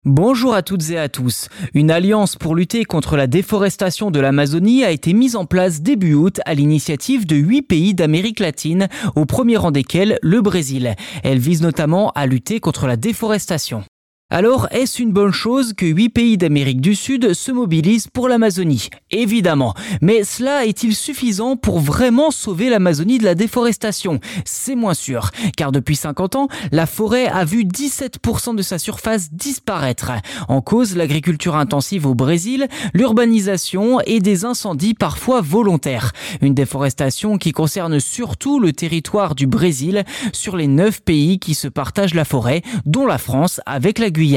Bonjour à toutes et à tous. Une alliance pour lutter contre la déforestation de l'Amazonie a été mise en place début août à l'initiative de 8 pays d'Amérique latine, au premier rang desquels le Brésil. Elle vise notamment à lutter contre la déforestation. Alors, est-ce une bonne chose que 8 pays d'Amérique du Sud se mobilisent pour l'Amazonie? Évidemment. Mais cela est-il suffisant pour vraiment sauver l'Amazonie de la déforestation? C'est moins sûr. Car depuis 50 ans, la forêt a vu 17% de sa surface disparaître. En cause, l'agriculture intensive au Brésil, l'urbanisation et des incendies parfois volontaires. Une déforestation qui concerne surtout le territoire du Brésil sur les 9 pays qui se partagent la forêt, dont la France avec la Guyane.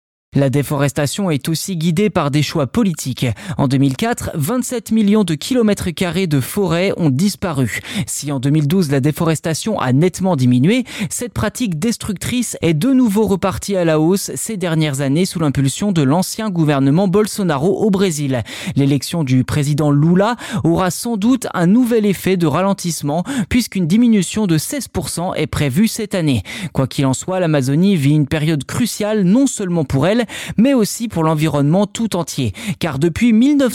La déforestation est aussi guidée par des choix politiques. En 2004, 27 millions de kilomètres carrés de forêt ont disparu. Si en 2012 la déforestation a nettement diminué, cette pratique destructrice est de nouveau repartie à la hausse ces dernières années sous l'impulsion de l'ancien gouvernement Bolsonaro au Brésil. L'élection du président Lula aura sans doute un nouvel effet de ralentissement puisqu'une diminution de 16% est prévue cette année. Quoi qu'il en soit, l'Amazonie vit une période cruciale non seulement pour elle, mais aussi pour l'environnement tout entier. Car depuis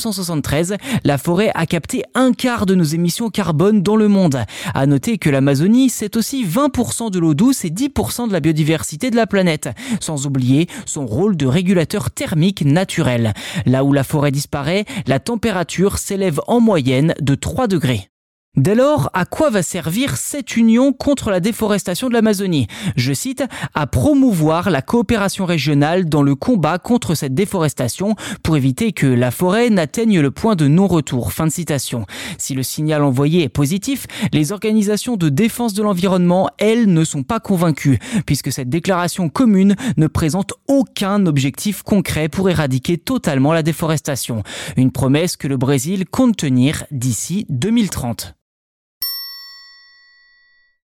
1973, la forêt a capté un quart de nos émissions carbone dans le monde. À noter que l'Amazonie, c'est aussi 20% de l'eau douce et 10% de la biodiversité de la planète. Sans oublier son rôle de régulateur thermique naturel. Là où la forêt disparaît, la température s'élève en moyenne de 3 degrés. Dès lors, à quoi va servir cette union contre la déforestation de l'Amazonie? Je cite, à promouvoir la coopération régionale dans le combat contre cette déforestation pour éviter que la forêt n'atteigne le point de non-retour. Fin de citation. Si le signal envoyé est positif, les organisations de défense de l'environnement, elles, ne sont pas convaincues, puisque cette déclaration commune ne présente aucun objectif concret pour éradiquer totalement la déforestation. Une promesse que le Brésil compte tenir d'ici 2030.